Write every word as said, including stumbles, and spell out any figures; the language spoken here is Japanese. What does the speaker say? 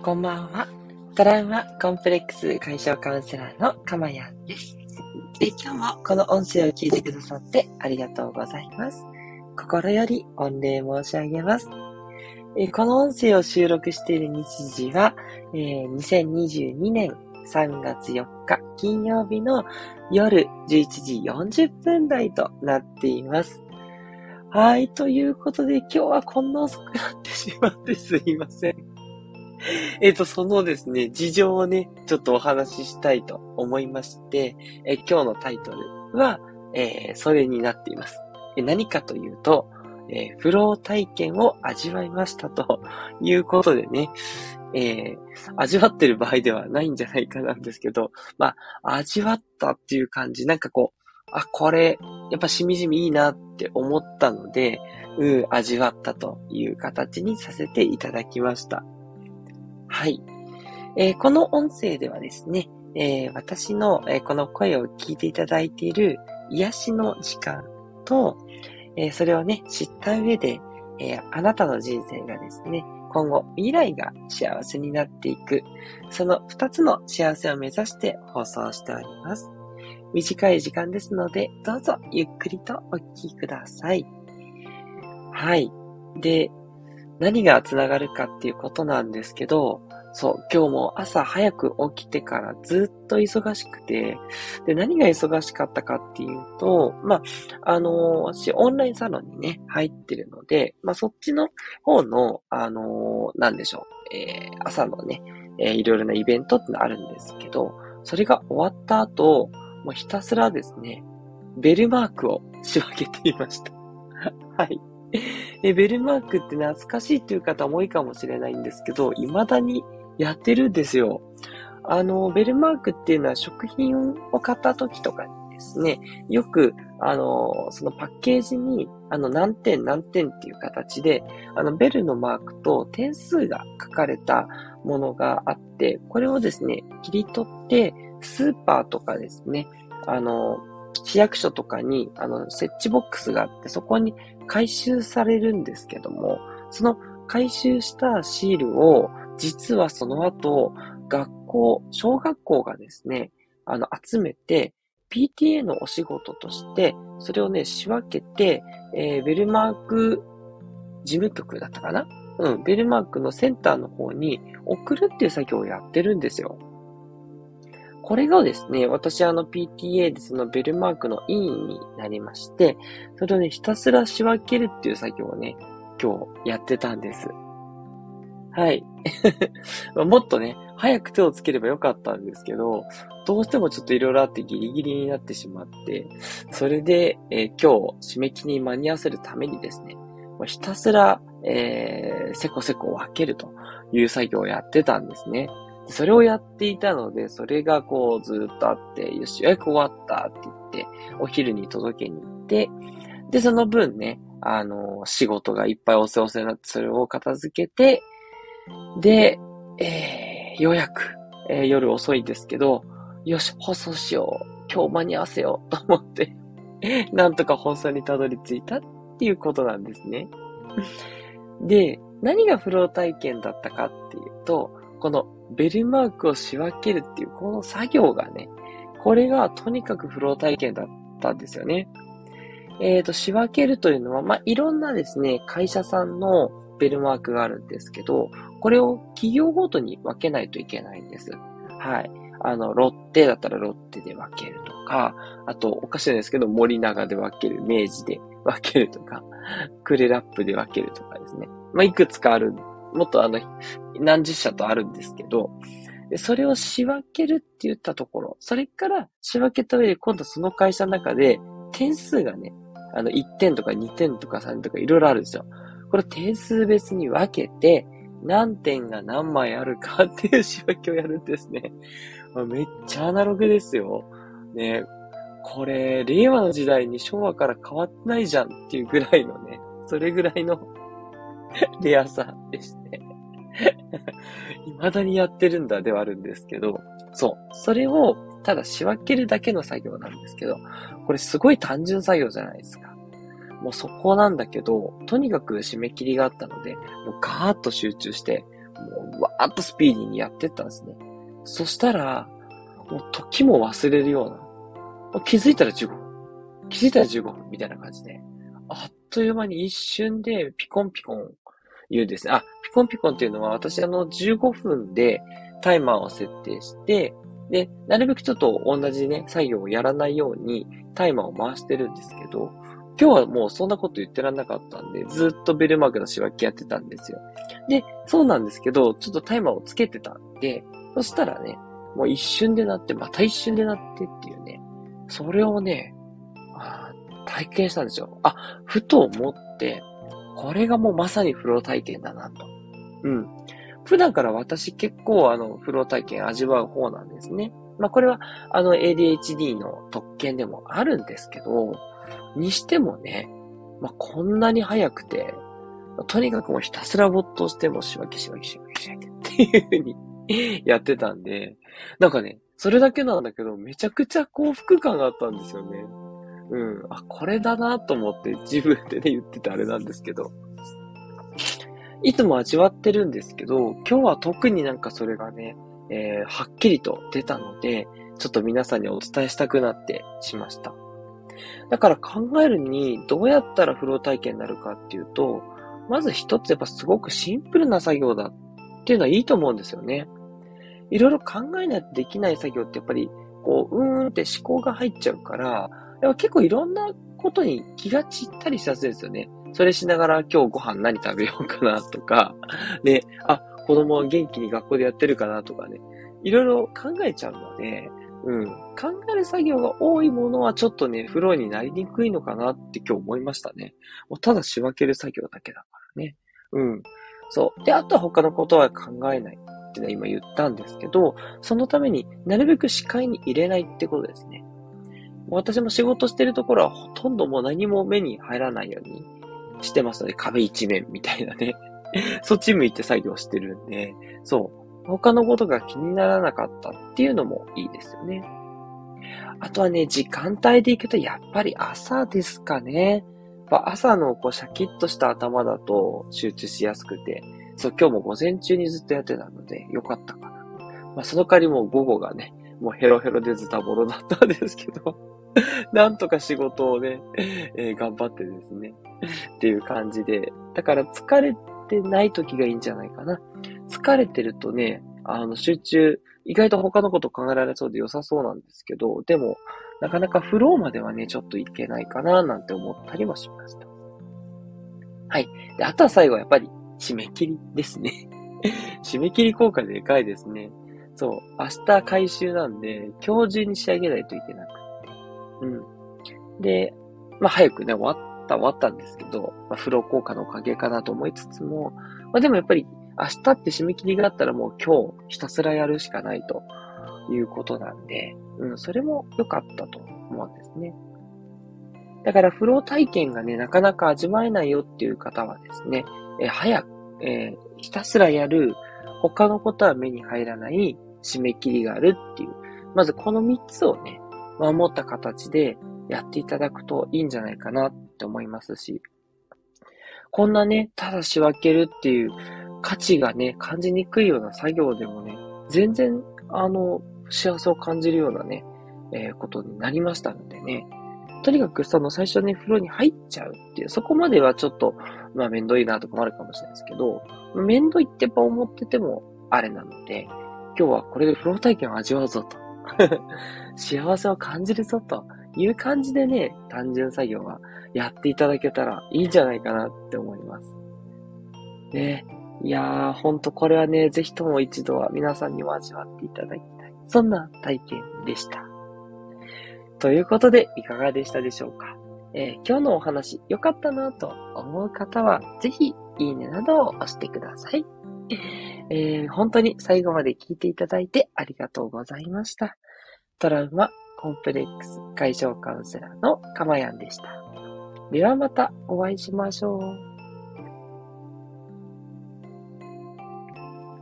こんばんは。トラウマコンプレックス解消カウンセラーのかまやんです。で、今日もこの音声を聞いてくださってありがとうございます。心より御礼申し上げます。えー、この音声を収録している日時は、えー、にせんにじゅうにねんさんがつよっか金曜日の夜じゅういちじよんじゅっぷん台となっています。はい、ということで今日はこんな遅くなってしまってすいません。えっと、そのですね、事情をね、ちょっとお話ししたいと思いまして、え今日のタイトルは、えー、それになっています。え何かというと、えー、フロー体験を味わいましたということでね、えー、味わってる場合ではないんじゃないかなんですけど、まあ、味わったっていう感じ、なんかこう、あ、これ、やっぱしみじみいいなって思ったので、うん、味わったという形にさせていただきました。はい、えー。この音声ではですね、えー、私の、えー、この声を聞いていただいている癒しの時間と、えー、それをね、知った上で、えー、あなたの人生がですね、今後未来が幸せになっていく、その二つの幸せを目指して放送しております。短い時間ですので、どうぞゆっくりとお聞きください。はい。で、何がつながるかっていうことなんですけど、そう、今日も朝早く起きてからずっと忙しくて、で、何が忙しかったかっていうと、まあ、あのー、私、オンラインサロンにね、入ってるので、まあ、そっちの方の、あのー、なんでしょう、えー、朝のね、えー、いろいろなイベントってのあるんですけど、それが終わった後、もうひたすらですね、ベルマークを仕分けていました。はい。え、ベルマークって懐かしいっていう方も多いかもしれないんですけど、未だにやってるんですよ。あの、ベルマークっていうのは食品を買った時とかにですね、よく、あの、そのパッケージに、あの、何点何点っていう形で、あの、ベルのマークと点数が書かれたものがあって、これをですね、切り取って、スーパーとかですね、あの、市役所とかに、あの、設置ボックスがあって、そこに回収されるんですけども、その回収したシールを、実はその後、学校、小学校がですね、あの、集めて、ピーティーエー のお仕事として、それをね、仕分けて、えー、ベルマーク事務局だったかな？うん、ベルマークのセンターの方に送るっていう作業をやってるんですよ。これがですね、私あの ピーティーエー でそのベルマークの委員になりまして、それをね、ひたすら仕分けるっていう作業をね、今日やってたんです。はい。もっとね、早く手をつければよかったんですけど、どうしてもちょっといろいろあってギリギリになってしまって、それで、えー、今日締め切りに間に合わせるためにですね、ひたすら、えー、せこせこ分けるという作業をやってたんですね。それをやっていたので、それがこうずっとあって、よし、ようやく終わったって言って、お昼に届けに行って、で、その分ね、あのー、仕事がいっぱいおせおせになって、それを片付けて、で、えー、ようやく、えー、夜遅いですけど、よし、放送しよう。今日間に合わせようと思って、なんとか放送にたどり着いたっていうことなんですね。で、何がフロー体験だったかっていうと、このベルマークを仕分けるっていうこの作業がね、これがとにかくフロー体験だったんですよね。えっと、仕分けるというのは、まあ、いろんなですね、会社さんのベルマークがあるんですけど、これを企業ごとに分けないといけないんです。はい。あの、ロッテだったらロッテで分けるとか、あと、おかしいんですけど、森永で分ける、明治で分けるとか、クレラップで分けるとかですね。まあ、いくつかある、もっとあの、何十社とあるんですけど、それを仕分けるって言ったところ、それから仕分けた上で今度その会社の中で点数がね、あの、いってんとかにてんとかさんてんとかいろいろあるんですよ。これ点数別に分けて、何点が何枚あるかっていう仕分けをやるんですね。めっちゃアナログですよ。ね、これ、令和の時代に昭和から変わってないじゃんっていうぐらいのね、それぐらいのレアさでして。未だにやってるんだではあるんですけど、そう。それを、ただ仕分けるだけの作業なんですけど、これすごい単純作業じゃないですか。もうそこなんだけど、とにかく締め切りがあったので、もうガーッと集中して、もうわーっとスピーディーにやってったんですね。そしたら、もう時も忘れるような、もう気づいたらじゅうごふん、気づいたらじゅうごふんみたいな感じで、あっという間に一瞬でピコンピコン言うんですね。あ、ピコンピコンっていうのは私あのじゅうごふんでタイマーを設定して、で、なるべくちょっと同じね、作業をやらないようにタイマーを回してるんですけど、今日はもうそんなこと言ってらんなかったんで、ずっとベルマークの仕分けやってたんですよ。で、そうなんですけど、ちょっとタイマーをつけてたんで、そしたらね、もう一瞬でなって、また一瞬でなってっていうね、それをね、あ体験したんですよ。あ、ふと思って、これがもうまさにフロー体験だなと。うん。普段から私結構あの、フロー体験味わう方なんですね。まあこれはあの エーディーエイチディー の特権でもあるんですけど、にしてもね、まあこんなに早くて、とにかくもうひたすら没頭しても仕分け仕分け仕分け仕分けっていう風にやってたんで、なんかね、それだけなんだけど、めちゃくちゃ幸福感があったんですよね。うん。あ、これだなと思って自分でね、言っててあれなんですけど。いつも味わってるんですけど、今日は特になんかそれがね、えー、はっきりと出たので、ちょっと皆さんにお伝えしたくなってしました。だから考えるに、どうやったらフロー体験になるかっていうと、まず一つやっぱすごくシンプルな作業だっていうのはいいと思うんですよね。いろいろ考えないとできない作業ってやっぱり、こう、うーんって思考が入っちゃうから、やっぱ結構いろんなことに気が散ったりしやすいですよね。それしながら今日ご飯何食べようかなとか、ね、あ、子供は元気に学校でやってるかなとかね、いろいろ考えちゃうので、うん、考える作業が多いものはちょっとね、フローになりにくいのかなって今日思いましたね。もうただ仕分ける作業だけだからね。うん。そう。で、あとは他のことは考えないってね、今言ったんですけど、そのためになるべく視界に入れないってことですね。私も仕事してるところはほとんどもう何も目に入らないようにしてますので、壁一面みたいなね。そっち向いて作業してるんで、そう。他のことが気にならなかったっていうのもいいですよね。あとはね、時間帯で行くとやっぱり朝ですかね。やっぱ朝のこうシャキッとした頭だと集中しやすくて、そう、今日も午前中にずっとやってたのでよかったかな。まあその代わりもう午後がね、もうヘロヘロでズタボロだったんですけど、なんとか仕事をね、えー頑張ってですね、っていう感じで。だから疲れてない時がいいんじゃないかな。疲れてるとね、あの集中、意外と他のこと考えられそうで良さそうなんですけど、でも、なかなかフローまではね、ちょっといけないかな、なんて思ったりもしました。はい。で、あとは最後はやっぱり、締め切りですね。締め切り効果でかいですね。そう。明日回収なんで、今日中に仕上げないといけなくて。うん。で、まあ早くね、終わった、終わったんですけど、まあ、フロー効果のおかげかなと思いつつも、まあでもやっぱり明日って締め切りがあったらもう今日ひたすらやるしかないということなんで、うん、それも良かったと思うんですね。だからフロー体験がね、なかなか味わえないよっていう方はですね、えー早く、えーひたすらやる、他のことは目に入らない締め切りがあるっていう、まずこのみっつをね、守った形でやっていただくといいんじゃないかなって思いますし、こんなね、ただ仕分けるっていう価値がね、感じにくいような作業でもね、全然、あの、幸せを感じるようなね、えーことになりましたのでね、とにかくその最初に風呂に入っちゃうっていう、そこまではちょっと、まあめんどいなとかもあるかもしれないですけど、めんどいってやっぱ思っててもあれなので、今日はこれで風呂体験を味わうぞと。幸せを感じるぞという感じでね、単純作業はやっていただけたらいいんじゃないかなって思います。ね。いやー、ほんとこれはね、ぜひとも一度は皆さんにも味わっていただきたい。そんな体験でした。ということで、いかがでしたでしょうか。えー今日のお話、良かったなと思う方は、ぜひ、いいねなどを押してください。えー本当に最後まで聞いていただいてありがとうございました。トラウマ、コンプレックス解消カウンセラーのかまやんでした。ではまたお会いしましょう。